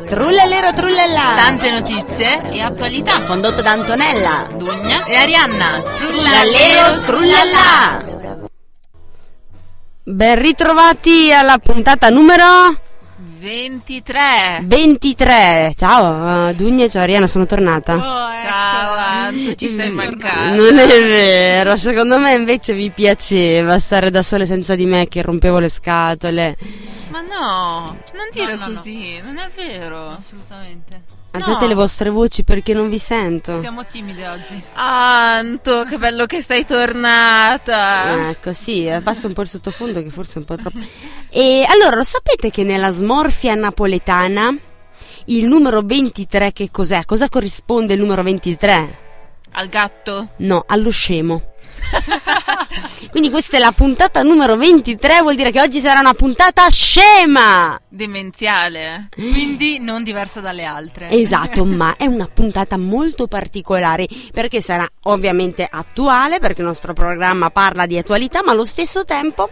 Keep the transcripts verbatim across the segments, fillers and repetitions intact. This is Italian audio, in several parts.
Trullallero trullallà. Tante notizie e attualità. Condotto da Antonella, Dugna e Arianna. Trullallero trullallà. Ben ritrovati alla puntata numero ventitré. ventitré. Ciao, uh, Dugna e ciao Arianna, sono tornata. Oh, ecco. Ciao Anto, ci sei mancata. Non è vero, secondo me invece vi piaceva stare da sole senza di me che rompevo le scatole. Ma no, non dire no, no, così, no. Non è vero. Assolutamente. Alzate no. le vostre voci perché non vi sento. Siamo timide oggi. Anto, che bello che sei tornata. Ecco, sì, basta un po' il sottofondo che forse è un po' troppo. E allora, lo sapete che nella smorfia napoletana il numero ventitré che cos'è? Cosa corrisponde il numero ventitré? Al gatto? No, allo scemo. Quindi questa è la puntata numero ventitré, vuol dire che oggi sarà una puntata scema, demenziale, quindi non diversa dalle altre. Esatto, ma è una puntata molto particolare perché sarà ovviamente attuale, perché il nostro programma parla di attualità, ma allo stesso tempo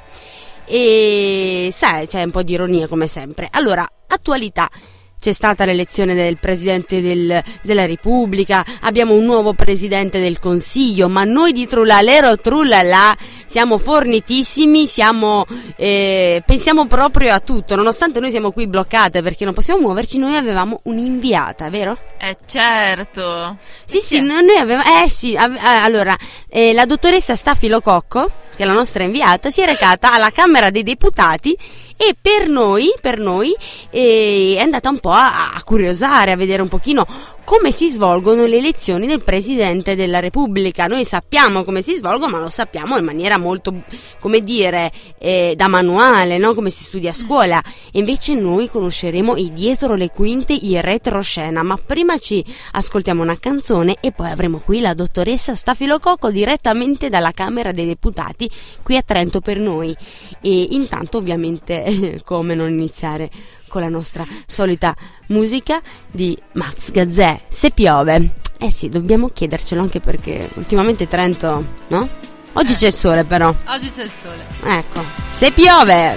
e sai, c'è un po' di ironia come sempre. Allora, attualità. C'è stata l'elezione del Presidente del, della Repubblica, abbiamo un nuovo Presidente del Consiglio, ma noi di Trullallero Trullallà siamo fornitissimi, siamo, eh, pensiamo proprio a tutto, nonostante noi siamo qui bloccate perché non possiamo muoverci, noi avevamo un'inviata, vero? Eh certo! Sì, sì, noi avevamo, eh sì, av- allora, eh, la dottoressa Stafilococco, che è la nostra inviata, si è recata alla Camera dei Deputati e per noi, per noi eh, è andata un po' a, a curiosare, a vedere un pochino come si svolgono le elezioni del Presidente della Repubblica. Noi sappiamo come si svolgono, ma lo sappiamo in maniera molto, come dire, eh, da manuale, no? Come si studia a scuola. E invece noi conosceremo i dietro le quinte, i retroscena. Ma prima ci ascoltiamo una canzone e poi avremo qui la dottoressa Stafilococco direttamente dalla Camera dei Deputati qui a Trento per noi. E intanto ovviamente come non iniziare con la nostra solita musica di Max Gazzè, Se piove. Eh sì, dobbiamo chiedercelo anche perché ultimamente Trento, no? Oggi eh. c'è il sole però. Oggi c'è il sole. Ecco, se piove.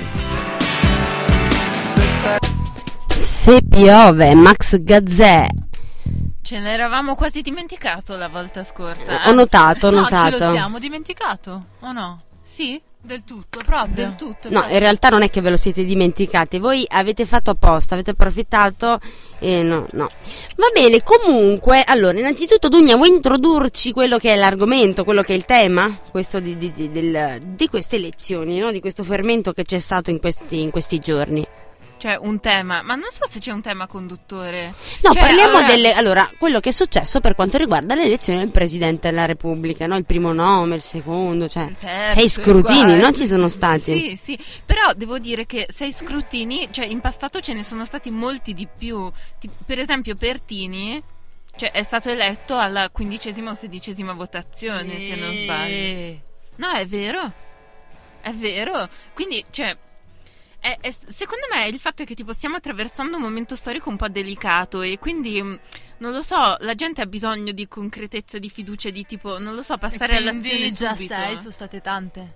Se piove, Max Gazzè. Ce l'eravamo quasi dimenticato la volta scorsa. Ho notato, ho no, notato. No, ce lo siamo dimenticato, o no? Sì? Del tutto, proprio. Del tutto. No, in realtà non è che ve lo siete dimenticati, voi avete fatto apposta, avete approfittato e no, no. Va bene, comunque, allora, innanzitutto Dugna, vuoi introdurci quello che è l'argomento, quello che è il tema, questo di, di, di, del, di queste elezioni, no? Di questo fermento che c'è stato in questi, in questi giorni. Cioè un tema, ma non so se c'è un tema conduttore. No, cioè, parliamo allora... delle, allora, quello che è successo per quanto riguarda l'elezione del Presidente della Repubblica, no? Il primo nome, il secondo, cioè il terzo, sei scrutini, il non ci sono stati? Sì, sì, però devo dire che sei scrutini, cioè in passato ce ne sono stati molti di più. Tipo, per esempio Pertini, cioè è stato eletto alla quindicesima o sedicesima votazione, e... se non sbaglio. No, è vero, è vero, quindi, cioè... È, è, secondo me il fatto è che tipo stiamo attraversando un momento storico un po' delicato e quindi non lo so, la gente ha bisogno di concretezza, di fiducia, di tipo, non lo so, passare all'azione già subito. sei, sono state tante.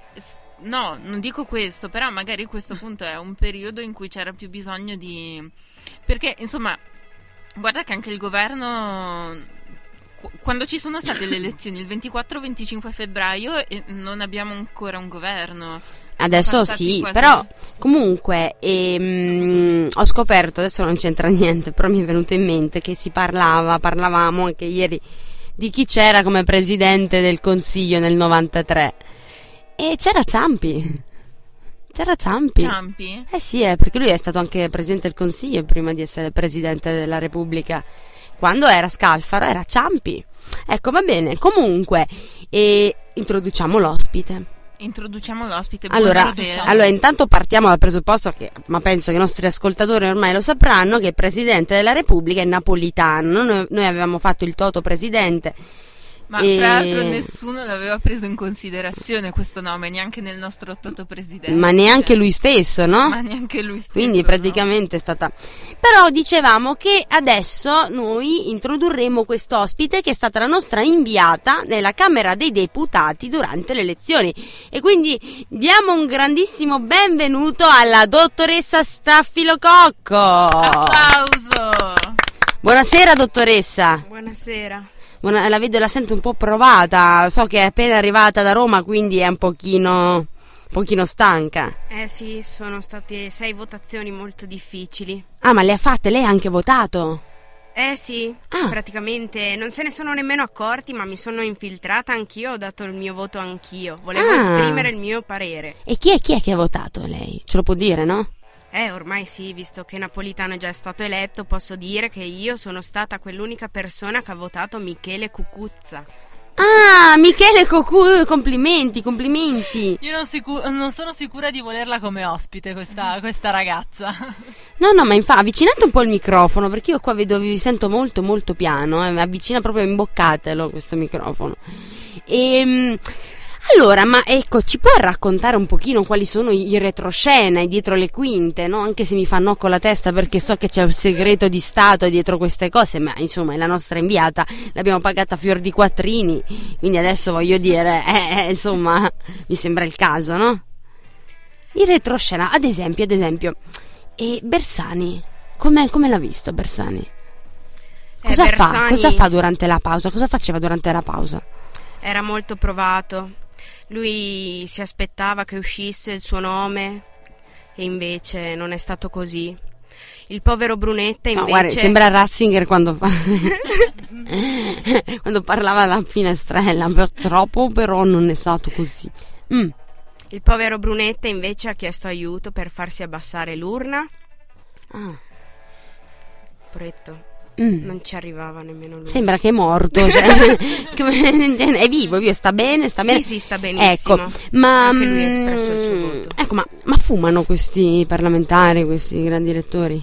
No, non dico questo, però magari questo punto è un periodo in cui c'era più bisogno di... Perché insomma, guarda che anche il governo... Quando ci sono state le elezioni il ventiquattro venticinque febbraio e non abbiamo ancora un governo. Adesso sì, quasi... però comunque ehm, ho scoperto, adesso non c'entra niente, però mi è venuto in mente che si parlava, parlavamo anche ieri di chi c'era come Presidente del Consiglio nel novantatré e c'era Ciampi. C'era Ciampi. Ciampi? Eh sì, eh, perché lui è stato anche Presidente del Consiglio prima di essere Presidente della Repubblica. Quando era Scalfaro era Ciampi. Ecco, va bene, comunque eh, introduciamo l'ospite. Introduciamo l'ospite. Allora, allora, intanto partiamo dal presupposto che, ma penso che i nostri ascoltatori ormai lo sapranno, che il Presidente della Repubblica è napolitano. Noi, noi avevamo fatto il Toto Presidente. Ma e... tra l'altro nessuno l'aveva preso in considerazione questo nome, neanche nel nostro Toto Presidente. Ma neanche lui stesso, no? Ma neanche lui stesso. Quindi praticamente no? È stata... Però dicevamo che adesso noi introdurremo quest'ospite che è stata la nostra inviata nella Camera dei Deputati durante le elezioni. E quindi diamo un grandissimo benvenuto alla dottoressa Stafilococco. Applauso! Buonasera dottoressa. Buonasera. Buona- la vedo, la sento un po' provata. So che è appena arrivata da Roma, quindi è un pochino, un pochino stanca. Eh sì, sono state sei votazioni molto difficili. Ah, ma le ha fatte? Lei ha anche votato? Eh sì, Ah. praticamente non se ne sono nemmeno accorti, ma mi sono infiltrata anch'io, ho dato il mio voto anch'io. Volevo Ah. esprimere il mio parere. E chi è, chi è che ha votato lei? Ce lo può dire, no? Eh, ormai sì, visto che Napolitano è già stato eletto, posso dire che io sono stata quell'unica persona che ha votato Michele Cucuzza. Ah, Michele Cocu, complimenti, complimenti. Io non, sicu- non sono sicura di volerla come ospite, questa, questa ragazza. No, no, ma infatti avvicinate un po' il microfono, perché io qua vedo, vi sento molto molto piano, eh, avvicina proprio, imboccatelo questo microfono. Ehm... Allora, ma ecco, ci può raccontare un pochino quali sono i retroscena e dietro le quinte, no? Anche se mi fa no con la testa, perché so che c'è un segreto di Stato dietro queste cose, ma insomma è la nostra inviata, l'abbiamo pagata a fior di quattrini, quindi adesso voglio dire, eh, eh, insomma, mi sembra il caso, no? Il retroscena, ad esempio, ad esempio, e Bersani, come come l'ha visto Bersani? Eh, Cosa fa? Bersani Cosa fa durante la pausa? Cosa faceva durante la pausa? era molto provato. Lui si aspettava che uscisse il suo nome e invece non è stato così. Il povero Brunetta No, invece... guarda, sembra Ratzinger quando fa quando parlava alla finestrella, purtroppo però non è stato così. Mm. Il povero Brunetta invece ha chiesto aiuto per farsi abbassare l'urna. Ah. Poretto, Mm. non ci arrivava nemmeno lui. Sembra che è morto, cioè, come- è vivo, è vivo, sta bene, sta Sì, bene. sì, sta benissimo. Ecco, ma Anche lui ha mm, espresso il suo voto. Ecco, ma, ma fumano questi parlamentari, questi grandi elettori?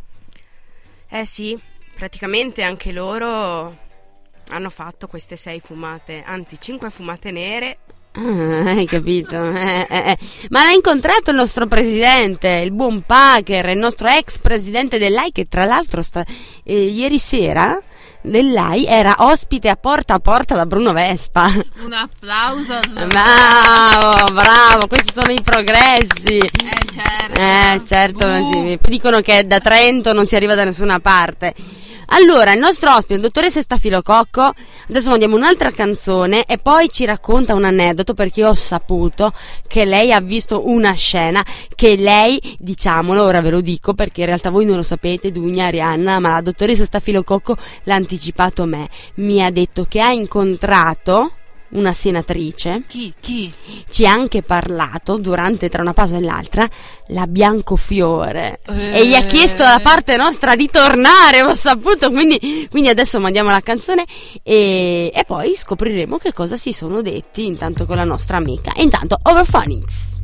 Eh sì, praticamente anche loro hanno fatto queste sei fumate, anzi cinque fumate nere. Ah, hai capito? Eh, eh, eh. Ma l'ha incontrato il nostro presidente, il buon Packer, il nostro ex presidente dell'A I, che tra l'altro sta, eh, ieri sera dell'A I era ospite a porta a porta da Bruno Vespa. Un applauso. Allora. Bravo, bravo, questi sono i progressi. Eh certo. Eh, certo, Uh. sì. Dicono che da Trento non si arriva da nessuna parte. Allora, il nostro ospite, il dottoressa Stafilococco, adesso mandiamo un'altra canzone e poi ci racconta un aneddoto, perché ho saputo che lei ha visto una scena che lei, diciamolo, ora ve lo dico perché in realtà voi non lo sapete, Dugna, Arianna, ma la dottoressa Stafilococco l'ha anticipato me, mi ha detto che ha incontrato una senatrice, Chi? Chi? ci ha anche parlato durante, tra una pausa e l'altra, la Biancofiore, Eh. e gli ha chiesto da parte nostra di tornare, ho saputo, quindi, quindi adesso mandiamo la canzone e, e poi scopriremo che cosa si sono detti intanto con la nostra amica. E intanto Overphonics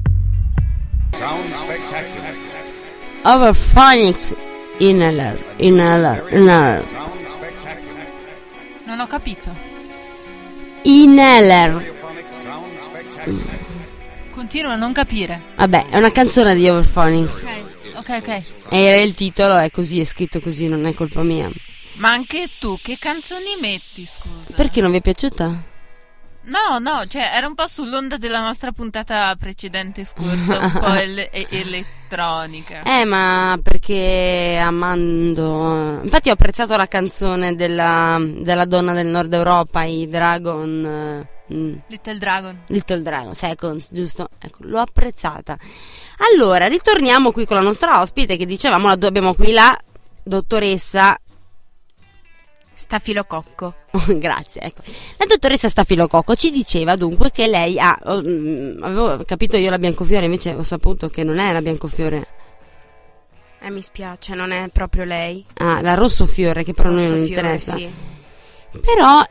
Sound spectacular. Overphonics Inhaler Inhaler Inhaler Sound spectacular. Non ho capito. Inhaler. Sound spectacular. Continuo a non capire. Vabbè, è una canzone di Overphonics, Ok, ok, ok. e il titolo è così, è scritto così, non è colpa mia. Ma anche tu che canzoni metti, scusa? Perché non vi è piaciuta? No, no, cioè era un po' sull'onda della nostra puntata precedente scorsa, un po' ele- e- elettronica. Eh, ma perché amando... Infatti ho apprezzato la canzone della, della donna del nord Europa, i Dragon... eh, mm, Little Dragon. Little Dragon, Seconds, giusto? Ecco, l'ho apprezzata. Allora, ritorniamo qui con la nostra ospite che dicevamo, la, abbiamo qui la dottoressa... Stafilococco. Oh, grazie, ecco. La dottoressa Stafilococco ci diceva dunque che lei ha... oh, mm, avevo capito io la Biancofiore, invece ho saputo che non è la Biancofiore. Eh, mi spiace, non è proprio lei. Ah, la Rossofiore, che però a noi non Rossofiore, interessa. sì. Però,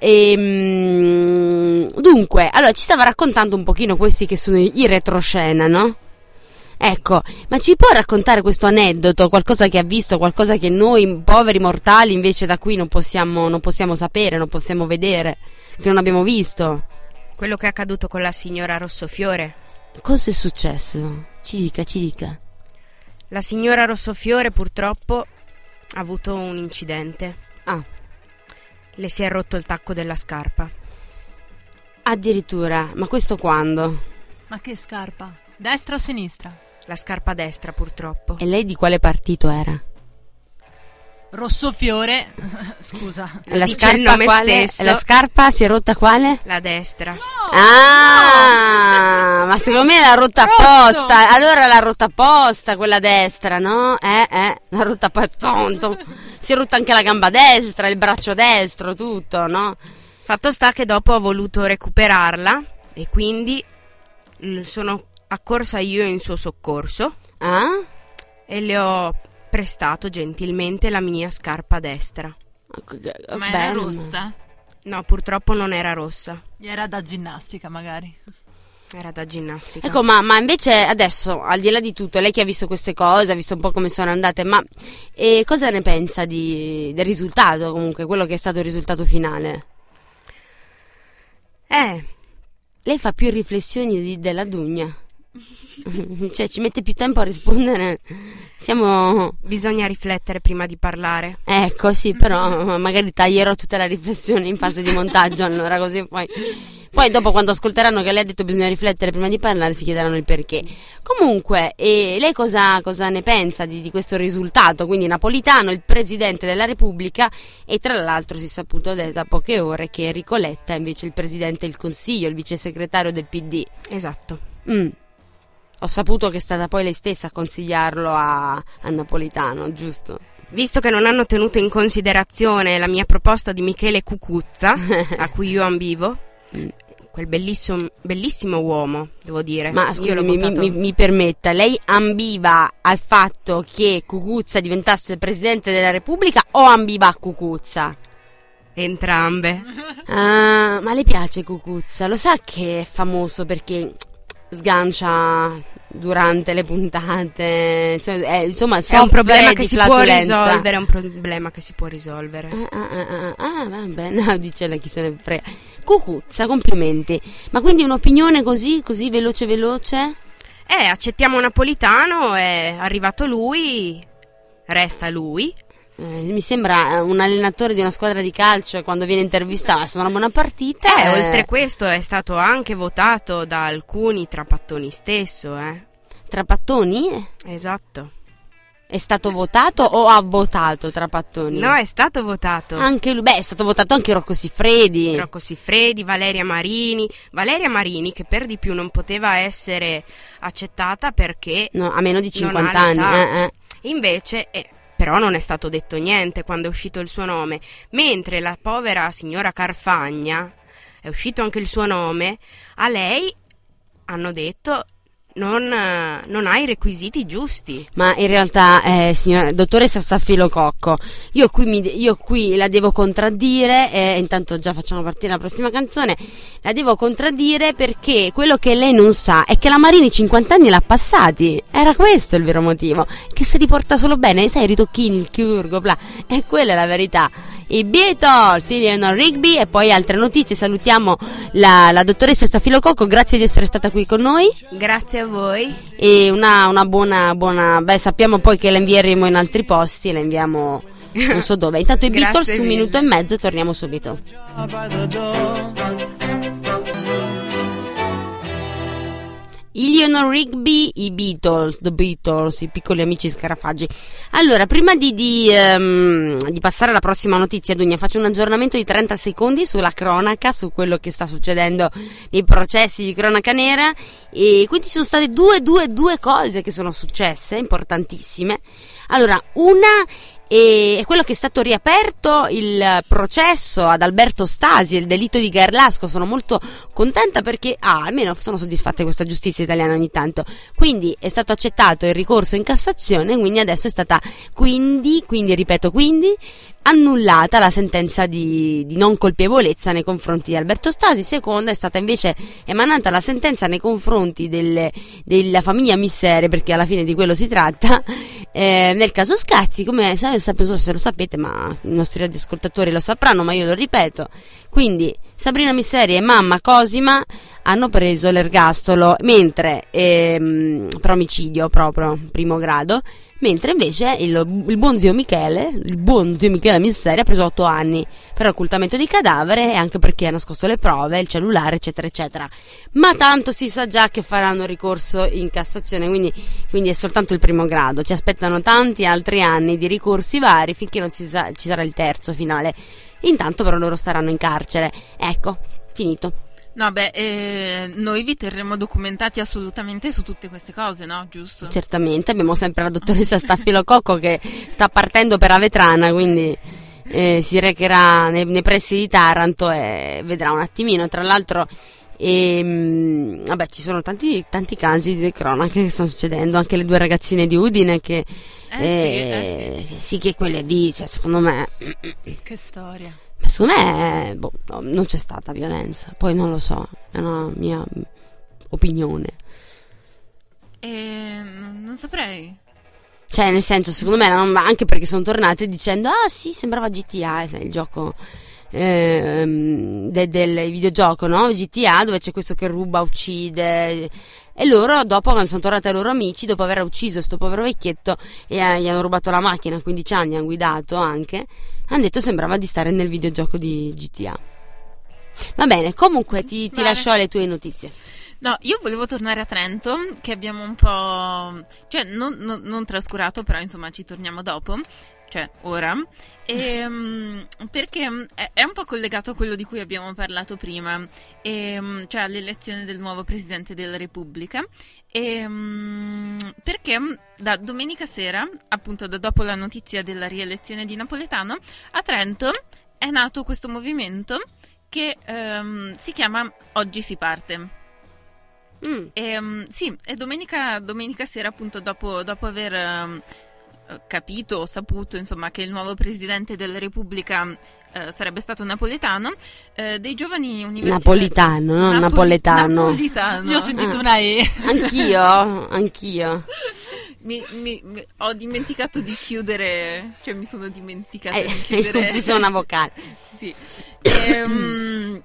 ehm, dunque, allora ci stava raccontando un pochino questi che sono i retroscena, no? Ecco, ma ci può raccontare questo aneddoto, qualcosa che ha visto, qualcosa che noi poveri mortali invece da qui non possiamo, non possiamo sapere, non possiamo vedere, che non abbiamo visto? Quello che è accaduto con la signora Rossofiore. Cosa è successo? Ci dica, ci dica. La signora Rossofiore purtroppo ha avuto un incidente. Ah, Le si è rotto il tacco della scarpa. addirittura, ma questo quando? Ma che scarpa? Destra o sinistra? La scarpa destra purtroppo. E lei di quale partito era? Rossofiore, scusa. La dice il scarpa nome quale? stesso. La scarpa si è rotta quale? La destra. Ah, ma secondo me l'ha rotta Rosso. apposta. Allora l'ha rotta apposta quella destra, no? Eh, eh, l'ha rotta apposta. Tonto. Si è rotta anche la gamba destra, il braccio destro, tutto, no? Fatto sta che dopo ho voluto recuperarla e quindi l- sono accorsa io in suo soccorso Ah? e le ho prestato gentilmente la mia scarpa destra. Ma era Bello. rossa? No, purtroppo non era rossa, Era da ginnastica, magari. era da ginnastica. Ecco, ma, ma invece adesso, al di là di tutto, lei che ha visto queste cose, ha visto un po' come sono andate, ma eh, cosa ne pensa di, del risultato, comunque, quello che è stato il risultato finale? Eh, Lei fa più riflessioni di- della Dugna. Cioè, ci mette più tempo a rispondere. Siamo... bisogna riflettere prima di parlare. Ecco, sì, però magari taglierò tutta la riflessione in fase di montaggio, allora così poi... Poi dopo quando ascolteranno che lei ha detto bisogna riflettere prima di parlare si chiederanno il perché. Comunque, eh, lei cosa, cosa ne pensa di, di questo risultato? Quindi Napolitano, il Presidente della Repubblica, e tra l'altro si è saputo da da poche ore che Enrico Letta è invece il Presidente del Consiglio, il vice segretario del P D. Esatto. Mm. Ho saputo che è stata poi lei stessa a consigliarlo a, a Napolitano, giusto? Visto che non hanno tenuto in considerazione la mia proposta di Michele Cucuzza, a cui io ambivo, Mm. quel bellissimo, bellissimo uomo, devo dire. Ma Io scusi, l'ho mi, votato- mi- mi permetta, lei ambiva al fatto che Cucuzza diventasse Presidente della Repubblica o ambiva a Cucuzza? Entrambe. Ah, ma le piace Cucuzza? Lo sa che è famoso perché sgancia durante le puntate, cioè, è, insomma, È un soffre problema di che si può flatulenza. risolvere, è un problema che si può risolvere. Ah, ah, ah, ah, ah, vabbè, no, dice lei chi se ne frega. Cucuzza, complimenti. Ma quindi un'opinione così, così veloce veloce? Eh, accettiamo Napolitano, è arrivato lui, resta lui. Eh, mi sembra un allenatore di una squadra di calcio e quando viene intervistato, è una buona partita. Eh, eh, oltre questo è stato anche votato da alcuni trapattoni stesso, eh. Trapattoni? Esatto. È stato votato o ha votato Trapattoni? No, è stato votato. Anche lui, beh, è stato votato anche Rocco Siffredi. Rocco Siffredi, Valeria Marini. Valeria Marini che per di più non poteva essere accettata perché No, a meno di non cinquanta ha anni. l'età. Eh, eh. Invece, eh, però non è stato detto niente quando è uscito il suo nome, mentre la povera signora Carfagna, è uscito anche il suo nome, a lei hanno detto non, eh, non ha i requisiti giusti. Ma in realtà, eh, signora dottoressa Staffilococco, io qui, mi, io qui la devo contraddire, e intanto già facciamo partire la prossima canzone, la devo contraddire perché quello che lei non sa è che la Marini cinquanta anni l'ha passati, era questo il vero motivo, che se li porta solo bene, sai, i ritocchini, il chirurgo, bla, e quella è la verità. I Beatles, Eleanor Rigby e poi altre notizie. Salutiamo la, la dottoressa Staffilococco, grazie di essere stata qui con noi. Grazie a voi. E una, una buona, buona, beh, sappiamo poi che la invieremo in altri posti, la inviamo non so dove. Intanto i Grazie Beatles, un mille. minuto e mezzo e torniamo subito. Eleanor Rigby, i Beatles, The Beatles, i piccoli amici scarafaggi. Allora, prima di, di, ehm, di passare alla prossima notizia, Dunia, faccio un aggiornamento di trenta secondi sulla cronaca, su quello che sta succedendo nei processi di cronaca nera. E quindi ci sono state due, due, due cose che sono successe, importantissime. Allora, una è quello che è stato riaperto il processo ad Alberto Stasi, il delitto di Garlasco. Sono molto contenta perché ah, almeno sono soddisfatta di questa giustizia italiana ogni tanto. Quindi è stato accettato il ricorso in Cassazione, quindi adesso è stata quindi, quindi ripeto quindi annullata la sentenza di, di non colpevolezza nei confronti di Alberto Stasi. Seconda, è stata invece emanata la sentenza nei confronti delle, della famiglia Missere, perché alla fine di quello si tratta, eh, nel caso Scazzi. Come sai, non so se lo sapete, ma i nostri radioascoltatori lo sapranno, ma io lo ripeto. Quindi Sabrina Misseri e mamma Cosima hanno preso l'ergastolo, mentre ehm, per omicidio proprio primo grado, Mentre invece il, il buon zio Michele, il buon zio Michele Misseri ha preso otto anni per occultamento di cadavere e anche perché ha nascosto le prove, il cellulare, eccetera, eccetera. Ma tanto si sa già che faranno ricorso in Cassazione, quindi, quindi è soltanto il primo grado. Ci aspettano tanti altri anni di ricorsi vari finché non si sa, ci sarà il terzo finale. Intanto però loro staranno in carcere. Ecco, finito. No, beh, eh, noi vi terremo documentati assolutamente su tutte queste cose, no? Giusto? Certamente, abbiamo sempre la dottoressa Staffilococco che sta partendo per Avetrana, quindi eh, si recherà nei, nei pressi di Taranto e vedrà un attimino. Tra l'altro, ehm, vabbè, ci sono tanti, tanti casi di cronache che stanno succedendo, anche le due ragazzine di Udine che... Eh, eh, sì, eh sì. sì, che quelle lì, cioè, secondo me... Che storia. Ma secondo me boh, no, non c'è stata violenza, poi non lo so, è una mia opinione. Eh, non, non saprei. Cioè, nel senso, secondo me, non- anche perché sono tornate dicendo, ah sì, sembrava G T A, il gioco ehm, de- del videogioco, no? G T A, dove c'è questo che ruba, uccide. E loro, dopo, quando sono tornati ai loro amici, dopo aver ucciso sto povero vecchietto e eh, gli hanno rubato la macchina, a quindici anni, hanno guidato anche, hanno detto sembrava di stare nel videogioco di G T A. Va bene, comunque ti, ti Bene. lascio le tue notizie. No, io volevo tornare a Trento, che abbiamo un po'... cioè, non, non- non trascurato, però insomma ci torniamo dopo, cioè ora, e, perché mm, è, è un po' collegato a quello di cui abbiamo parlato prima, e, mm, cioè all'elezione del nuovo Presidente della Repubblica, e, mm, perché mm, da domenica sera, appunto da dopo la notizia della rielezione di Napoletano, a Trento è nato questo movimento che ehm, si chiama Oggi si parte. Mm. E, mm, sì, e domenica, domenica sera, appunto, dopo, dopo aver ehm, eh, capito o saputo, insomma, che il nuovo presidente della Repubblica eh, sarebbe stato napoletano, eh, dei giovani universitari... Napolitano, non Napoli- napoletano. Napolitano. Io ho sentito Ah. una E. Anch'io, anch'io. Mi, mi- mi- ho dimenticato di chiudere, cioè mi sono dimenticata Eh, di hai chiudere... confuso una vocale. Sì. Ehm,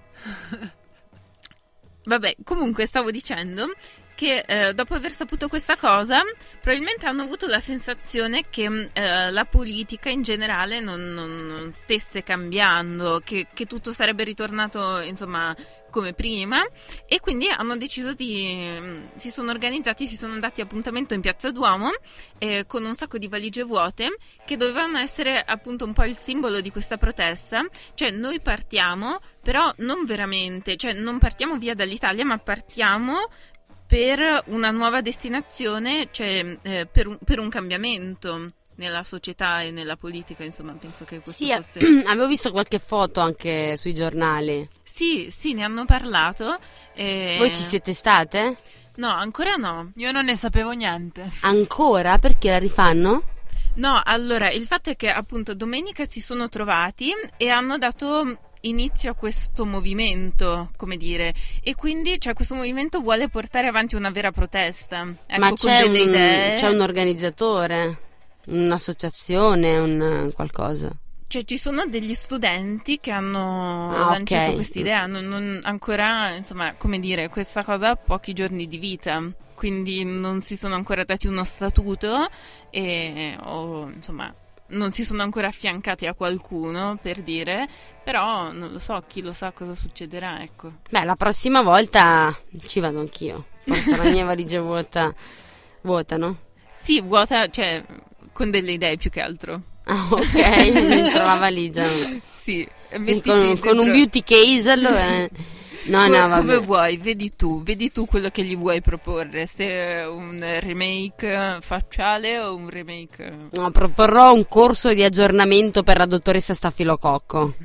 vabbè, comunque stavo dicendo che eh, dopo aver saputo questa cosa, probabilmente hanno avuto la sensazione che eh, la politica in generale non, non- non stesse cambiando, che, che tutto sarebbe ritornato, insomma, come prima, e quindi hanno deciso di... si sono organizzati, si sono dati appuntamento in Piazza Duomo eh, con un sacco di valigie vuote che dovevano essere appunto un po' il simbolo di questa protesta, cioè noi partiamo, però non veramente, cioè non partiamo via dall'Italia, ma partiamo per una nuova destinazione, cioè eh, per, un, per un cambiamento nella società e nella politica, insomma, penso che questo Sì, eh, fosse... avevo visto qualche foto anche sui giornali. Sì, sì, ne hanno parlato. e- Voi ci siete state? No, ancora no. Io non ne sapevo niente. Ancora? Perché la rifanno? No, allora, il fatto è che appunto domenica si sono trovati e hanno dato inizio a questo movimento, come dire, e quindi cioè, questo movimento vuole portare avanti una vera protesta. Ecco, Ma con c'è delle un, idee. c'è un organizzatore? Un'associazione? Un qualcosa? Cioè, ci sono degli studenti che hanno Ah, lanciato ok. questa idea, non, non ancora, insomma, come dire, questa cosa ha pochi giorni di vita, quindi non si sono ancora dati uno statuto e, o, insomma, non si sono ancora affiancati a qualcuno, per dire, però non lo so, chi lo sa cosa succederà, ecco. Beh, la prossima volta ci vado anch'io. Porto la mia valigia vuota. Vuota, no? Sì, vuota, cioè, con delle idee più che altro. Ah, ok, dentro la valigia. Sì, Quindi mettici Con, con un dentro- beauty case, allora... No, come, no, vabbè. come vuoi, vedi tu, vedi tu quello che gli vuoi proporre, se è un remake facciale o un remake... No, proporrò un corso di aggiornamento per la dottoressa Staffilococco.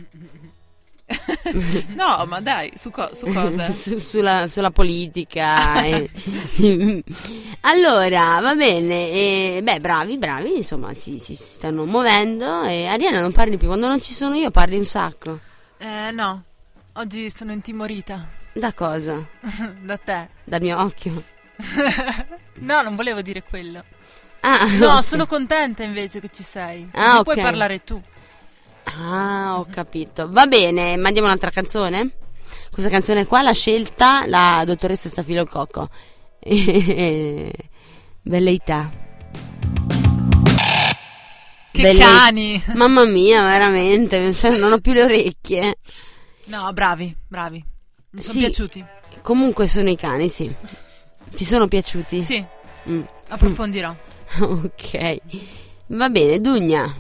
No, ma dai, su, co- su cosa? Su- sulla, sulla politica. e- Allora, va bene. e, beh, bravi, bravi. Insomma, si, si stanno muovendo. E Ariana, non parli più. Quando non ci sono io, parli un sacco. Eh, no. Oggi sono intimorita. Da cosa? Da te. Dal mio occhio. No, non volevo dire quello. Ah, No, ok. sono contenta invece che ci sei. Ah, Ci ok. puoi parlare tu. Ah, ho capito. Va bene, mandiamo un'altra canzone? Questa canzone qua l'ha scelta la dottoressa Stafilococco. Velleità. Che Belle- cani! Mamma mia, veramente, cioè, non ho più le orecchie. No, bravi, bravi. Mi sono Sì. piaciuti. Comunque sono i cani, sì. Ti sono piaciuti? Sì, Mm. approfondirò. Ok. Va bene, Dugna.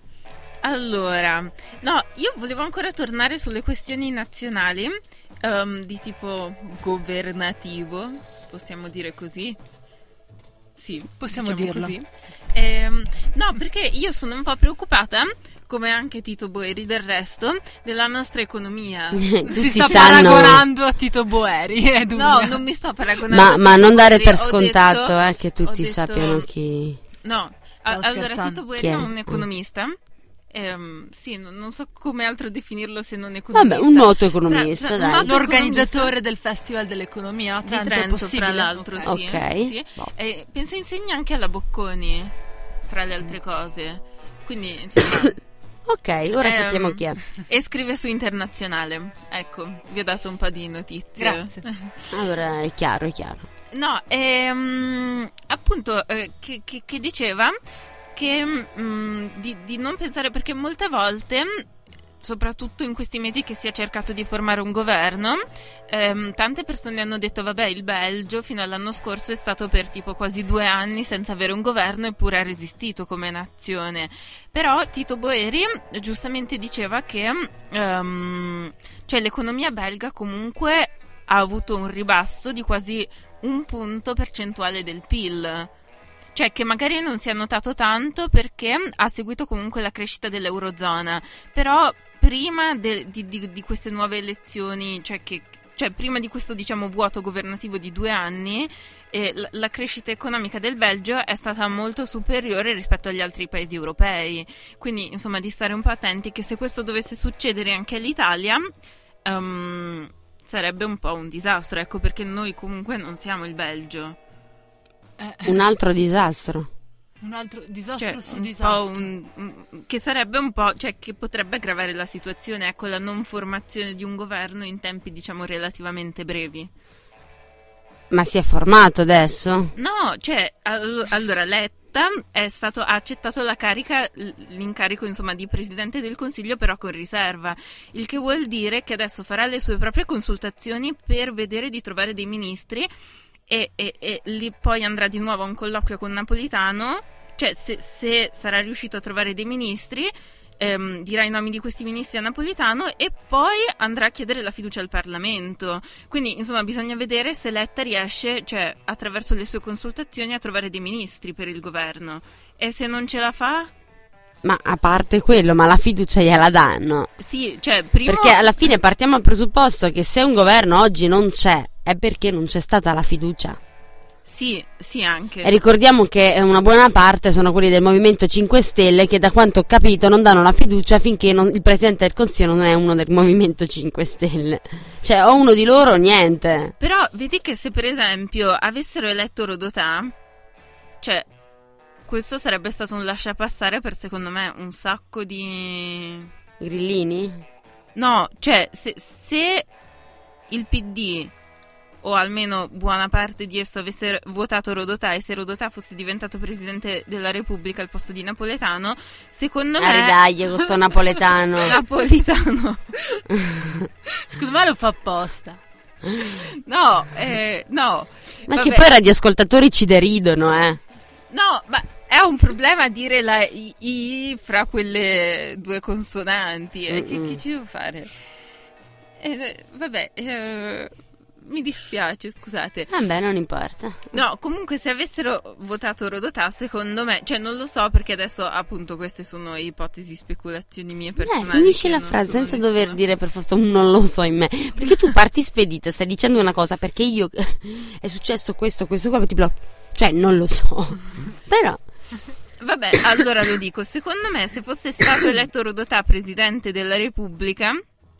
Allora, no, io volevo ancora tornare sulle questioni nazionali, ehm, di tipo governativo, possiamo dire così? Sì, Possiamo diciamo dirlo. così. Ehm, no, perché io sono un po' preoccupata, come anche Tito Boeri del resto, della nostra economia. Tutti Si sta sanno. paragonando a Tito Boeri. eh, Dunia. No, non mi sto paragonando. Ma, a ma Tito non dare Boeri, per ho scontato detto- eh, che tutti ho detto- sappiano chi. No, a- Stavo allora scherzando. Tito Boeri Chi è? è un economista. Ehm, sì, non, non so come altro definirlo se non economista. Vabbè, un noto economista, Fra- fra- dai. un noto L'organizzatore del Festival dell'economia a di Trento, Trento, è possibile? fra l'altro, Ok. sì. Ok. sì. Boh. E penso insegna anche alla Bocconi, fra le altre cose. Quindi, insomma, Ok, ora Ehm, sappiamo chi è. e scrive su Internazionale. Ecco, vi ho dato un po' di notizie. Grazie. Allora è chiaro, è chiaro. No, ehm, appunto, eh, che, che- che diceva che mm, di, di non pensare, perché molte volte, soprattutto in questi mesi che si è cercato di formare un governo, ehm, tante persone hanno detto vabbè, il Belgio fino all'anno scorso è stato per tipo quasi due anni senza avere un governo, eppure ha resistito come nazione. Però Tito Boeri giustamente diceva che ehm, cioè, l'economia belga comunque ha avuto un ribasso di quasi un punto percentuale del P I L. Cioè che magari non si è notato tanto perché ha seguito comunque la crescita dell'Eurozona, però prima de- di, di- di queste nuove elezioni, cioè, che, cioè prima di questo diciamo vuoto governativo di due anni, eh, la, la crescita economica del Belgio è stata molto superiore rispetto agli altri paesi europei. Quindi insomma di stare un po' attenti che se questo dovesse succedere anche all'Italia, ehm, sarebbe un po' un disastro, ecco, perché noi comunque non siamo il Belgio. Eh, Un altro disastro. un altro disastro Cioè, su un disastro. po' un- un- che sarebbe un po', cioè che potrebbe aggravare la situazione, ecco, la non formazione di un governo in tempi diciamo relativamente brevi. Ma si è formato adesso? No, cioè, all- allora Letta è stato, ha accettato la carica, l- l'incarico insomma di Presidente del Consiglio, però con riserva, il che vuol dire che adesso farà le sue proprie consultazioni per vedere di trovare dei ministri e, e- e lì poi andrà di nuovo a un colloquio con Napolitano, cioè se, se sarà riuscito a trovare dei ministri, ehm, dirà i nomi di questi ministri a Napolitano e poi andrà a chiedere la fiducia al Parlamento. Quindi insomma bisogna vedere se Letta riesce, cioè attraverso le sue consultazioni, a trovare dei ministri per il governo, e se non ce la fa, Ma a parte quello, ma la fiducia gliela danno. sì, cioè prima Perché alla fine partiamo dal presupposto che se un governo oggi non c'è è perché non c'è stata la fiducia. sì, sì anche E ricordiamo che una buona parte sono quelli del Movimento cinque Stelle che da quanto ho capito non danno la fiducia finché non- il Presidente del Consiglio non è uno del Movimento cinque Stelle. Cioè o uno di loro o niente. Però vedi che se per esempio avessero eletto Rodotà, cioè questo sarebbe stato un lasciapassare per secondo me un sacco di... Grillini? No, cioè se, se il P D o almeno buona parte di esso avesse votato Rodotà e se Rodotà fosse diventato Presidente della Repubblica al posto di Napoletano, secondo me... Aridaglie con sto napoletano. Napolitano. Secondo me lo fa apposta. No, eh, no. Ma Vabbè. che poi i radioascoltatori ci deridono, eh. No, ma è un problema dire la I, I fra quelle due consonanti. eh, Che, Mm-mm. che ci devo fare? Eh, vabbè, eh, mi dispiace, scusate. Vabbè, non importa. No, comunque se avessero votato Rodotà, secondo me, cioè non lo so perché adesso appunto queste sono ipotesi, speculazioni mie Eh, personali. finisci che la non frase sono senza nessuno. dover dire per forza un non lo so in me. Perché tu parti spedita, stai dicendo una cosa perché io è successo questo, questo qua, ti blocchi. Cioè, non lo so. Però Vabbè, allora lo dico, secondo me se fosse stato eletto Rodotà Presidente della Repubblica,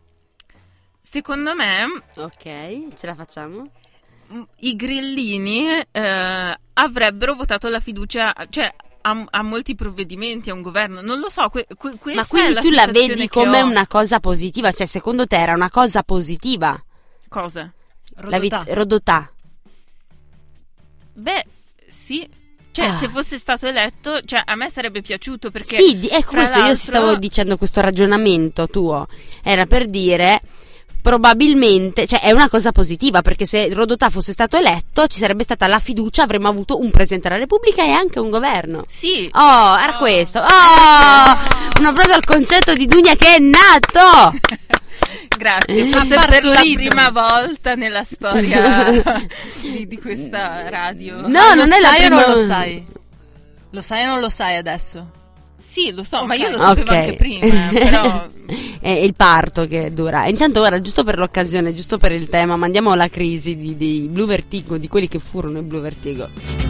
secondo me ok, ce la facciamo? m- i grillini eh, avrebbero votato la fiducia, cioè a, a molti provvedimenti, a un governo, non lo so, que, que- questa Ma quindi è la tu la sensazione vedi che come ho. una cosa positiva? Cioè, secondo te era una cosa positiva? Cosa? La vit- Rodotà. Rodotà. Beh, sì, Cioè, Ah. se fosse stato eletto, cioè, a me sarebbe piaciuto perché. Sì, di- ecco fra questo io l'altro- stavo dicendo, questo ragionamento tuo era per dire probabilmente, cioè è una cosa positiva, perché se Rodotà fosse stato eletto ci sarebbe stata la fiducia, avremmo avuto un Presidente della Repubblica e anche un governo. Sì. Oh, era questo. Oh, un applauso al concetto di Dunia che è nato. Grazie, Eh. forse Ha per la partorito. prima volta nella storia di, di questa radio. No, lo non è la sai o prima. non lo sai? Lo sai o non lo sai adesso? Sì, lo so, ma Ok. io lo sapevo Ok. anche prima, però. È il parto che dura. Intanto, guarda, giusto per l'occasione, giusto per il tema, mandiamo la crisi di, di Blue Vertigo, di quelli che furono i Blue Vertigo.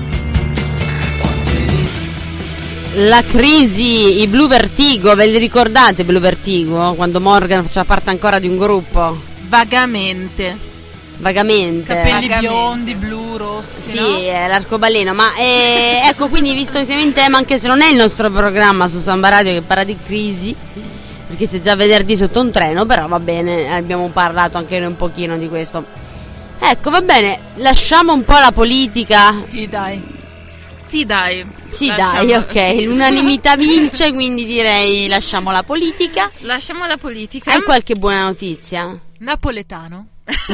La crisi, i Blue Vertigo, ve li ricordate Blue Vertigo? Quando Morgan faceva parte ancora di un gruppo? Vagamente. Vagamente. Capelli Vagamente. biondi, blu, rossi, Sì, no? è l'arcobaleno, ma eh, ecco, quindi visto che siamo in tema, anche se non è il nostro programma su Samba Radio che parla di crisi, perché c'è già venerdì sotto un treno, però va bene, abbiamo parlato anche noi un pochino di questo. Ecco, va bene, lasciamo un po' la politica. Sì, dai. Sì, dai. Sì, Lasciamo- dai, ok, sì. l'unanimità vince, quindi direi lasciamo la politica. Lasciamo la politica. Hai qualche buona notizia? Napoletano.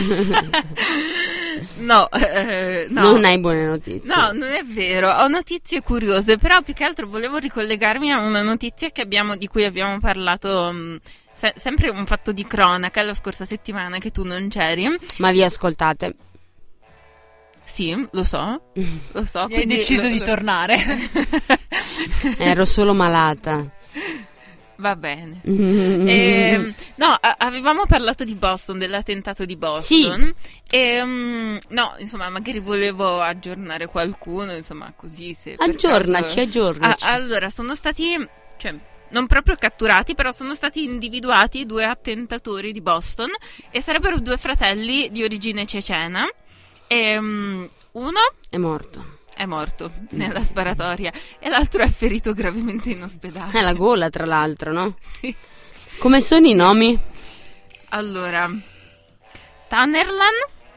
No, eh, no. Non hai buone notizie. No, non è vero, ho notizie curiose, però più che altro volevo ricollegarmi a una notizia che abbiamo, di cui abbiamo parlato, mh, se- sempre un fatto di cronaca la scorsa settimana che tu non c'eri. Ma vi ascoltate. Sì, lo so, lo so. E hai quindi deciso lo- di lo- tornare. Ero solo malata. Va bene. Ehm, no, a- avevamo parlato di Boston, dell'attentato di Boston. E, mm, no, insomma, magari volevo aggiornare qualcuno, insomma, così se per Aggiornaci, caso- aggiornaci. Ah, allora, sono stati, cioè, non proprio catturati, però sono stati individuati due attentatori di Boston e sarebbero due fratelli di origine cecena. E, mm, uno È morto. è morto nella sparatoria e l'altro è ferito gravemente in ospedale. È la gola, tra l'altro, no? Sì. Come sono i nomi? Allora, Tamerlan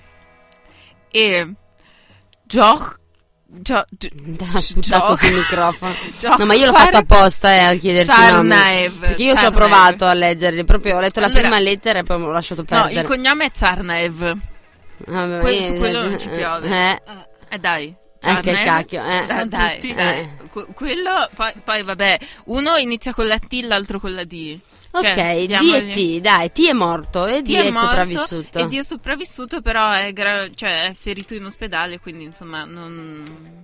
e Joch Gio, Gio, Ha sputato Gio- sul microfono. Gio- No, ma io l'ho Far- fatto apposta eh, a chiederti i nomi. Tsarnaev. Perché io ci ho Tsarnaev. provato a leggerli. Proprio ho letto la Allora- prima lettera e poi me l'ho lasciato No, perdere. il cognome è Tsarnaev. Vabbè, Que- io- su quello non ci piove. Eh, Eh dai. eh, che Tsarnaev. cacchio. Eh. Dai, Sono dai, tutti. eh. Que- quello, poi, poi vabbè, uno inizia con la T, l'altro con la D. Ok, Cioè, D diamogli- e T, dai, T è morto e D T è, è morto sopravvissuto. e D è sopravvissuto, però è, gra- cioè, è ferito in ospedale, quindi insomma non...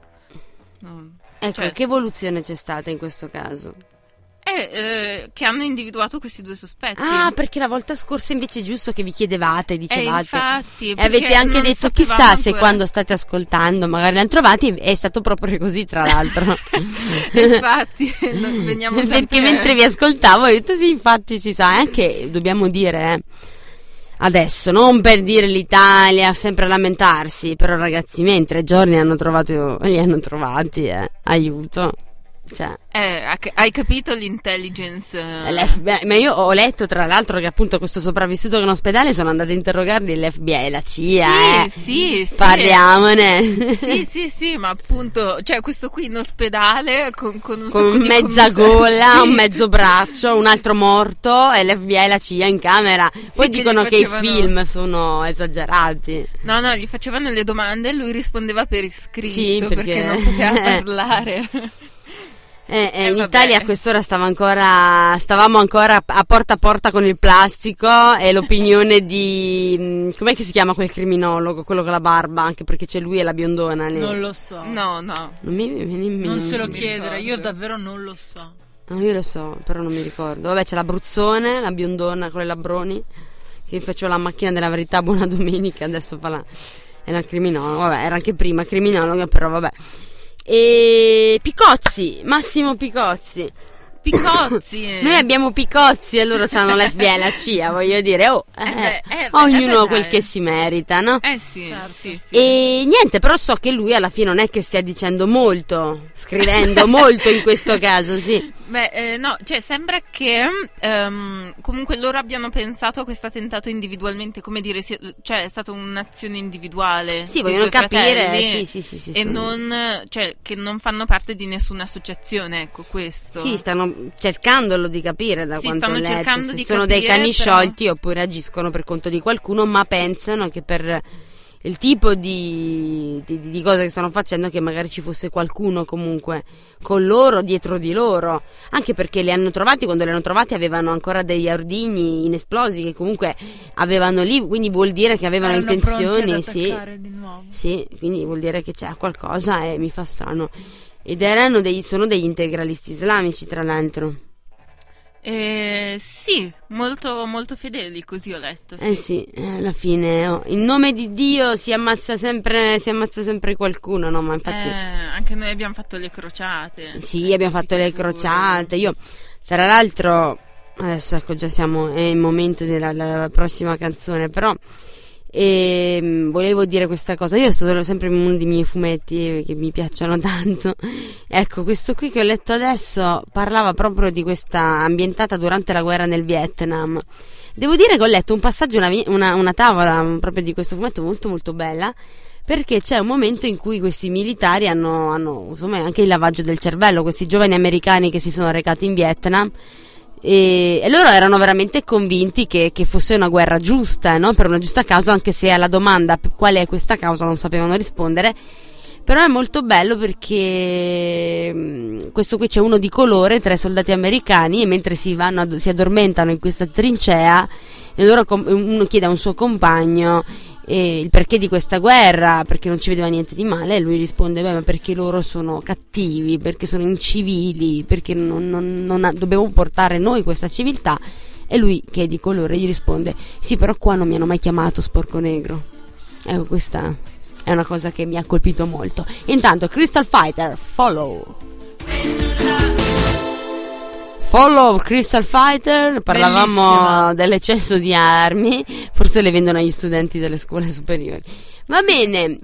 non- Ecco, cioè, che evoluzione c'è stata in questo caso? è, eh, che hanno individuato questi due sospetti. Ah, perché la volta scorsa invece è giusto che vi chiedevate, dicevate. Eh, infatti, E avete perché anche non detto, sapevamo chissà se ancora. quando state ascoltando magari li hanno trovati, è stato proprio così tra l'altro. Infatti, no, veniamo sempre... Perché mentre vi ascoltavo ho detto sì, infatti si sa, anche dobbiamo dire, eh, adesso, non per dire l'Italia, sempre a lamentarsi, però ragazzi, me in tre giorni hanno trovato, li hanno trovati, eh, aiuto. Cioè, Eh, ha- hai capito l'intelligence? eh, l'F B I, ma io ho letto tra l'altro che appunto questo sopravvissuto in ospedale sono andati a interrogarli l'F B I e la C I A, eh. Sì, sì, sì. Parliamone. Sì, sì, sì, ma appunto, cioè questo qui in ospedale con, con un Con sacco di mezza commissari. gola, Sì. un mezzo braccio, un altro morto e l'F B I e la C I A in camera. Poi che gli dicono che i facevano- film sono esagerati. No, no, gli facevano le domande e lui rispondeva per iscritto Sì, perché... perché- non poteva parlare. Eh, eh, Eh, in vabbè. Italia a quest'ora stava ancora, stavamo ancora a porta a porta con il plastico e l'opinione di... mh, com'è che si chiama quel criminologo, quello con la barba, anche perché c'è lui e la biondona lì. Non lo so. No, no. Non mi viene in Non mente. se lo mi chiedere, io ricordo. davvero non lo so. No, io lo so, però non mi ricordo. Vabbè, c'è la Bruzzone, la biondona con le labbroni, che faceva la macchina della verità buona domenica, adesso fa la... è la criminologa, vabbè, era anche prima criminologa, però vabbè. E Picozzi, Massimo Picozzi. Picozzi. Noi abbiamo Picozzi e loro hanno l'F B I e la C I A, voglio dire, oh, eh, Eh beh, eh, ognuno eh beh, quel dai. che si merita, no? Eh sì, Certo. sì, sì. E niente, però so che lui alla fine non è che stia dicendo molto, scrivendo molto in questo caso, sì. Beh, eh, no, cioè sembra che ehm, comunque loro abbiano pensato a questo attentato individualmente, come dire, si- cioè è stata un'azione individuale. Sì, dei vogliono due capire, fratelli, sì, sì, sì, sì, e sono- non, cioè, che non fanno parte di nessuna associazione, ecco questo. Sì, stanno cercandolo di capire da Sì, quanto ho stanno letto, cercando se di sono dei capire, cani però- sciolti oppure agiscono per conto di qualcuno, ma pensano che per il tipo di, di, di cose che stanno facendo che magari ci fosse qualcuno comunque con loro, dietro di loro, anche perché li hanno trovati, quando li hanno trovati avevano ancora degli ordigni inesplosi che comunque avevano lì, quindi vuol dire che avevano Erano intenzioni, pronti ad sì. attaccare di nuovo. Sì, quindi vuol dire che c'è qualcosa e mi fa strano. Ed erano dei, sono degli integralisti islamici, tra l'altro. Eh, sì, molto, molto fedeli, così ho letto. Sì. Eh sì, eh, alla fine, oh, in nome di Dio si ammazza sempre, si ammazza sempre qualcuno, no? Ma infatti, Eh, anche noi abbiamo fatto le crociate. sì, abbiamo fatto le Figure. crociate. Io, tra l'altro, adesso ecco, già siamo, è il momento della la prossima canzone, però. E volevo dire questa cosa. Io sto sempre in uno dei miei fumetti che mi piacciono tanto. Ecco, questo qui che ho letto adesso parlava proprio di questa ambientata durante la guerra nel Vietnam. Devo dire che ho letto un passaggio, una, vi- una, una tavola proprio di questo fumetto molto molto bella, perché c'è un momento in cui questi militari hanno, hanno insomma anche il lavaggio del cervello, questi giovani americani che si sono recati in Vietnam. E, e loro erano veramente convinti che, che fosse una guerra giusta, no? Per una giusta causa, anche se alla domanda qual è questa causa non sapevano rispondere. Però è molto bello perché mh, questo qui c'è uno di colore, tre soldati americani, e mentre si vanno ad- si addormentano in questa trincea, e loro com- uno chiede a un suo compagno eh, il perché di questa guerra, perché non ci vedeva niente di male, e lui risponde: beh, ma perché loro sono cattivi, perché sono incivili, perché non, non, non ha- dobbiamo portare noi questa civiltà. E lui, che è di colore, gli risponde: sì, però qua non mi hanno mai chiamato sporco negro. Ecco, questa è una cosa che mi ha colpito molto. Intanto Crystal Fighter, Follow. Follow Crystal Fighter. Parlavamo Bellissima. dell'eccesso di armi, forse le vendono agli studenti delle scuole superiori. Va bene,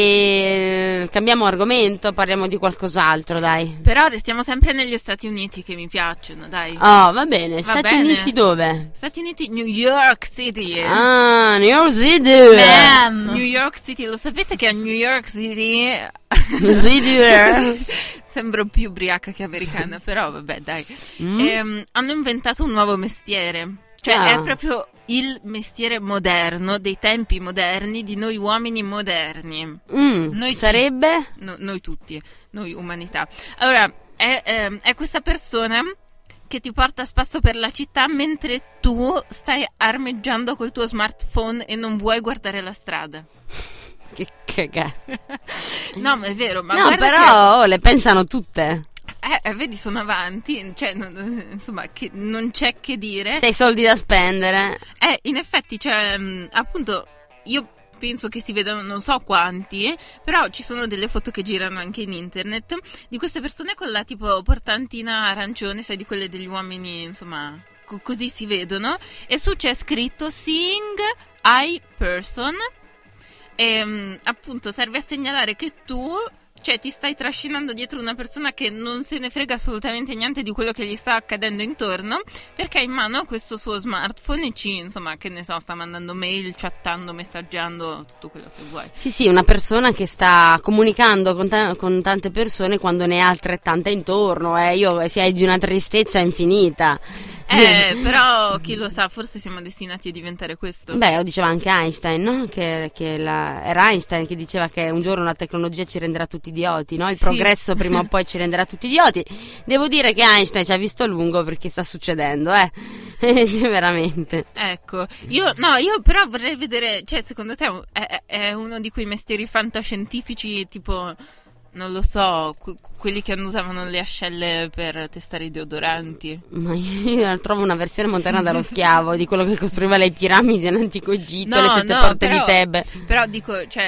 e cambiamo argomento, parliamo di qualcos'altro, dai. Però restiamo sempre negli Stati Uniti, che mi piacciono, dai. Oh, va bene. Va Stati bene. Uniti dove? Stati Uniti, New York City. Ah, New York City. Man. New York City, lo sapete che a New York City City. sembro più ubriaca che americana, però vabbè, dai. Mm. Ehm, hanno inventato un nuovo mestiere. Cioè Ah. è proprio il mestiere moderno, dei tempi moderni, di noi uomini moderni. Mm, Noi- sarebbe? No- noi tutti, noi umanità. Allora, è, ehm, è questa persona che ti porta a spasso per la città mentre tu stai armeggiando col tuo smartphone e non vuoi guardare la strada. Che cagata. No, ma è vero, ma No, guarda però oh, le pensano tutte. che, eh, eh, vedi, sono avanti, cioè, non- insomma, che non c'è che dire. Sei soldi da spendere. Eh, in effetti, cioè, mh, appunto, io penso che si vedano non so quanti, però ci sono delle foto che girano anche in internet di queste persone con la tipo portantina arancione, sai, di quelle degli uomini, insomma, co- così si vedono, e su c'è scritto Seeing Eye Person, e mh, appunto serve a segnalare che tu, cioè, ti stai trascinando dietro una persona che non se ne frega assolutamente niente di quello che gli sta accadendo intorno, perché ha in mano questo suo smartphone e ci, insomma, che ne so, sta mandando mail, chattando, messaggiando, tutto quello che vuoi. Sì, sì, una persona che sta comunicando con, ta- con tante persone quando ne ha altrettante intorno. Eh. Io sei di una tristezza infinita. Eh, però chi lo sa, forse siamo destinati a diventare questo. Beh, lo diceva anche Einstein, no? Che, che la- era Einstein che diceva che un giorno la tecnologia ci renderà tutti idioti, no? Il Sì. progresso prima o poi ci renderà tutti idioti. Devo dire che Einstein ci ha visto a lungo perché sta succedendo, eh? Eh, sì, veramente. Ecco, io no, io però vorrei vedere, cioè, secondo te è, è uno di quei mestieri fantascientifici, tipo, non lo so, que- quelli che usavano le ascelle per testare i deodoranti? Ma io trovo una versione moderna dello schiavo, di quello che costruiva le piramidi in antico Egitto, le sette porte però, di Tebe. però dico, cioè,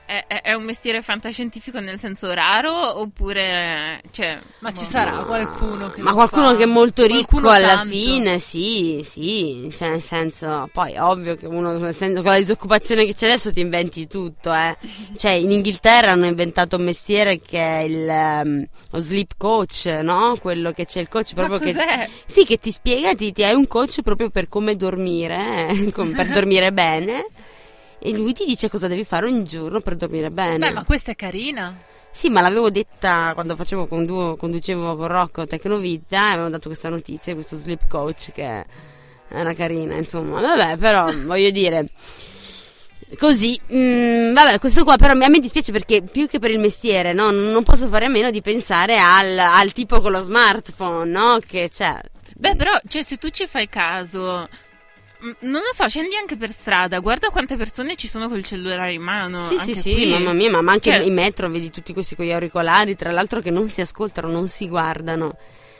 è, è, è un mestiere fantascientifico nel senso raro oppure cioè Ma ci sarà qualcuno che Ma lo qualcuno fa? che è molto ricco Qualcuno alla tanto. fine, sì, sì, cioè nel senso, poi ovvio che uno, nel senso, con la disoccupazione che c'è adesso ti inventi tutto, eh. Cioè in Inghilterra hanno inventato un mestiere che è il um, lo sleep coach, no? Quello che c'è il coach proprio Ma che cos'è? sì, che ti spiega, ti, ti hai un coach proprio per come dormire, eh, com- per dormire bene. E lui ti dice cosa devi fare ogni giorno per dormire bene. Beh, ma questa è carina. Sì, ma l'avevo detta quando facevo condu- conducevo con Rocco Tecnovita e avevo dato questa notizia, questo sleep coach che era carina, insomma. Vabbè, però voglio dire così, mm, vabbè, questo qua però a me dispiace perché più che per il mestiere, no, non posso fare a meno di pensare al, al tipo con lo smartphone, no, che c'è. Beh, però, cioè, se tu ci fai caso, m- non lo so, scendi anche per strada, guarda quante persone ci sono col cellulare in mano. Sì, anche sì, sì, qui. mamma mia, ma anche Cioè- in metro vedi tutti questi con gli auricolari, tra l'altro che non si ascoltano, non si guardano.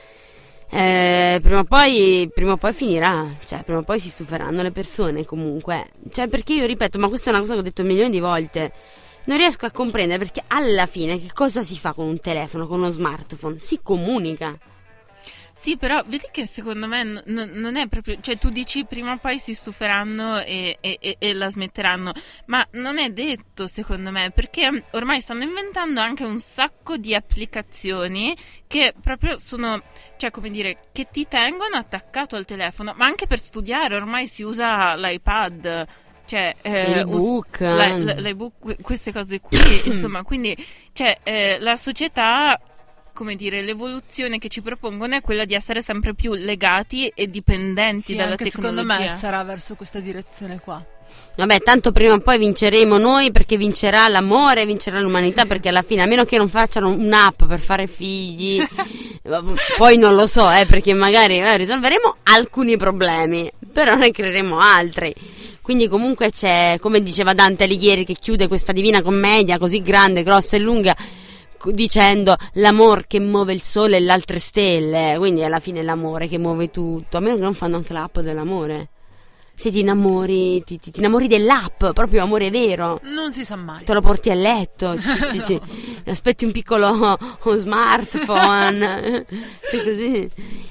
Eh, prima o poi, prima o poi finirà, cioè prima o poi si stuferanno le persone comunque. Cioè perché io ripeto, ma questa è una cosa che ho detto milioni di volte, non riesco a comprendere perché alla fine che cosa si fa con un telefono, con uno smartphone? Si comunica. Sì, però vedi che secondo me n- n- non è proprio, cioè tu dici prima o poi si stuferanno e, e- e- e la smetteranno, ma non è detto secondo me, perché ormai stanno inventando anche un sacco di applicazioni che proprio sono, cioè come dire, che ti tengono attaccato al telefono, ma anche per studiare ormai si usa l'iPad. Cioè, eh, L'ebook. us- l'i- l'i- l'ebook, que- queste cose qui, insomma, quindi cioè, eh, la società, come dire, l'evoluzione che ci propongono è quella di essere sempre più legati e dipendenti Sì, dalla anche secondo tecnologia. me sarà verso questa direzione qua. Vabbè, tanto prima o poi vinceremo noi perché vincerà l'amore, vincerà l'umanità perché alla fine, a meno che non facciano un'app per fare figli, poi non lo so, eh, perché magari eh, risolveremo alcuni problemi, però ne creeremo altri. Quindi comunque c'è, come diceva Dante Alighieri che chiude questa Divina Commedia così grande, grossa e lunga, dicendo l'amor che muove il sole e le altre stelle, quindi alla fine è l'amore che muove tutto, a meno che non fanno anche l'app dell'amore, cioè ti innamori ti, ti, ti innamori dell'app, proprio amore vero, Non si sa mai. te lo porti a letto, ci, ci, ci, aspetti un piccolo un smartphone, cioè così.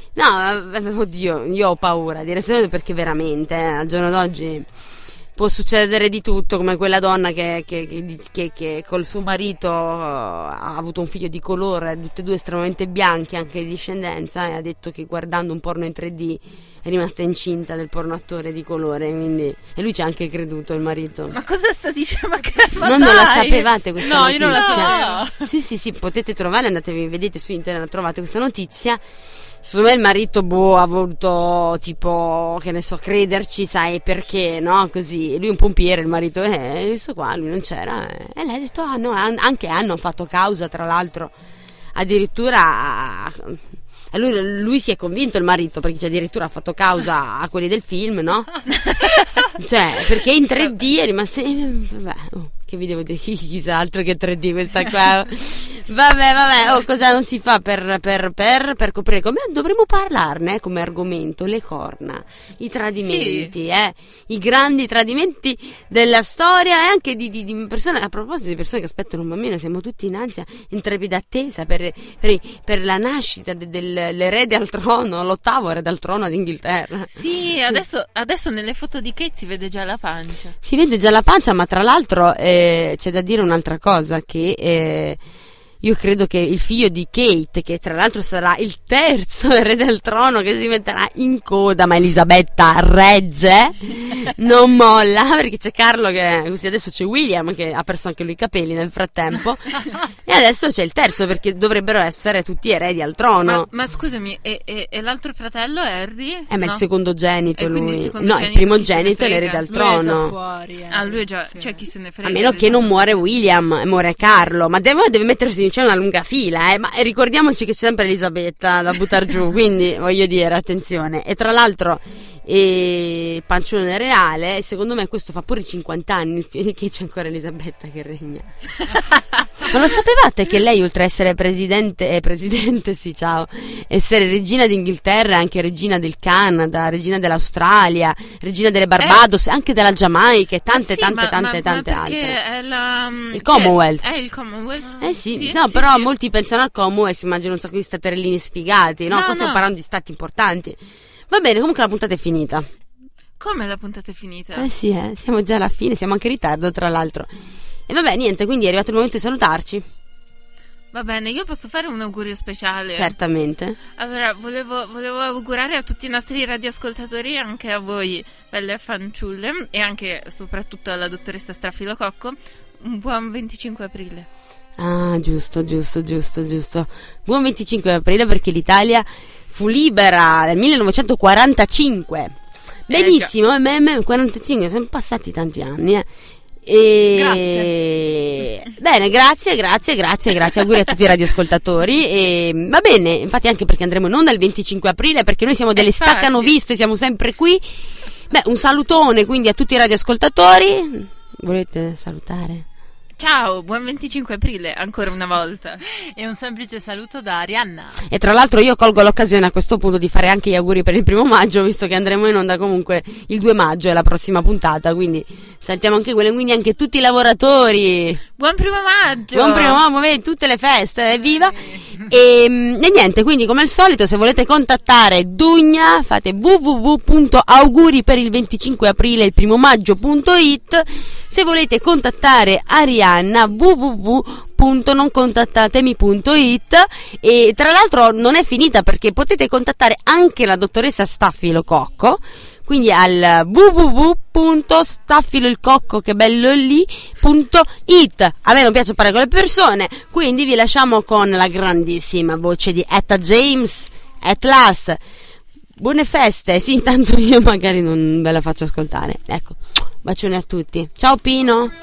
No, oddio, io ho paura di essere, perché veramente eh, al giorno d'oggi può succedere di tutto, come quella donna che, che, che, che, che col suo marito uh, ha avuto un figlio di colore, tutti e due estremamente bianchi, anche di discendenza, e ha detto che guardando un porno in tre D è rimasta incinta del porno attore di colore, quindi, e lui ci ha anche creduto, il marito. Ma cosa sta dicendo? Ma che ma Non, non la dai! sapevate questa No, notizia? io non la sapevo. Sì, sì, sì, potete trovare, andatevi, vedete su internet, trovate questa notizia. Secondo me il marito boh, ha voluto tipo, che ne so, crederci, sai perché, no? Così, lui è un pompiere, il marito, eh, questo qua, lui non c'era. eh. E lei ha detto, ah no, an- anche hanno fatto causa, tra l'altro, addirittura. E lui, lui si è convinto, il marito, perché addirittura ha fatto causa a quelli del film, no? Cioè, perché in tre D è rimasto. eh, Vabbè, oh, che vi devo dire? Chissà altro che tre D questa qua. Vabbè, vabbè, oh, cosa non si fa per, per, per, per coprire? Come dovremmo parlarne eh, come argomento? Le corna, i tradimenti, Sì. eh, i grandi tradimenti della storia e anche di, di, di persone. A proposito di persone che aspettano un bambino, siamo tutti in ansia, in trepida attesa per, per, per la nascita de, dell'erede al trono, l'ottavo erede al trono d'Inghilterra. Sì, adesso, adesso nelle foto di Kate si vede già la pancia. Si vede già la pancia, ma tra l'altro eh, c'è da dire un'altra cosa, che eh, io credo che il figlio di Kate, che tra l'altro sarà il terzo erede al trono che si metterà in coda, ma Elisabetta regge, non molla, perché c'è Carlo che, così adesso c'è William che ha perso anche lui i capelli nel frattempo, e adesso c'è il terzo, perché dovrebbero essere tutti eredi al trono. Ma, ma scusami, e, e, e l'altro fratello Harry? Eh, ma No? il secondogenito E quindi il lui. secondogenito No, il chi se ne primogenito è frega? l'erede al Lui è già trono. fuori. eh. Ah, lui è già, Sì. cioè chi se ne frega. A meno che non muore William e muore Carlo, ma deve, deve mettersi c'è una lunga fila, eh? Ma ricordiamoci che c'è sempre Elisabetta da buttare giù, quindi voglio dire, attenzione. E tra l'altro e Pancione Reale, e secondo me questo fa pure cinquanta anni che c'è ancora Elisabetta che regna. Ma lo sapevate che lei, oltre a essere presidente, eh, presidente sì, ciao, essere regina d'Inghilterra, anche regina del Canada, regina dell'Australia, regina delle Barbados, eh, anche della Giamaica e tante, sì, tante, ma, tante, ma, tante ma altre. È la, il Commonwealth. Cioè, è il Commonwealth. Eh sì, sì no, sì, però sì. molti pensano al Commonwealth e si immaginano un sacco di staterellini sfigati, no? No, Qua stiamo no. parlando di stati importanti. Va bene, comunque la puntata è finita. Come la puntata è finita? Eh sì, eh, siamo già alla fine, siamo anche in ritardo tra l'alro. E vabbè, niente, quindi è arrivato il momento di salutarci. Va bene, io posso fare un augurio speciale? Certamente. Allora, volevo, volevo augurare a tutti i nostri radioascoltatori, anche a voi, belle fanciulle, e anche soprattutto alla dottoressa Strafilococco, un buon venticinque aprile. Ah, giusto, giusto, giusto, giusto. Buon venticinque aprile perché l'Italia fu libera nel millenovecentoquarantacinque. Benissimo, eh, me, me, quarantacinque, sono passati tanti anni, eh. E... Grazie. Bene, grazie, grazie, grazie, grazie. Auguri a tutti i radioascoltatori. E va bene, infatti, anche perché andremo in onda il venticinque aprile, perché noi siamo delle Infatti. staccanoviste, siamo sempre qui. Beh, un salutone quindi a tutti i radioascoltatori. Volete salutare? Ciao, buon venticinque aprile, ancora una volta. E un semplice saluto da Arianna. E tra l'altro io colgo l'occasione a questo punto di fare anche gli auguri per il primo maggio, visto che andremo in onda comunque il due maggio, è la prossima puntata, quindi saltiamo anche quelle, quindi anche tutti i lavoratori. Buon primo maggio! Buon primo maggio, vedi, tutte le feste, evviva! E, e niente, quindi come al solito, se volete contattare Dugna, fate w w w punto auguri per il venticinque aprile il primo maggio punto it. Se volete contattare Arianna, w w w punto non contattatemi punto it. E tra l'altro non è finita, perché potete contattare anche la dottoressa Staffilococco, quindi al w w w punto staffilococco, che bello lì, punto it. A me non piace parlare con le persone, quindi vi lasciamo con la grandissima voce di Etta James, At Last. Buone feste, sì, intanto io magari non ve la faccio ascoltare. Ecco, bacione a tutti. Ciao Pino.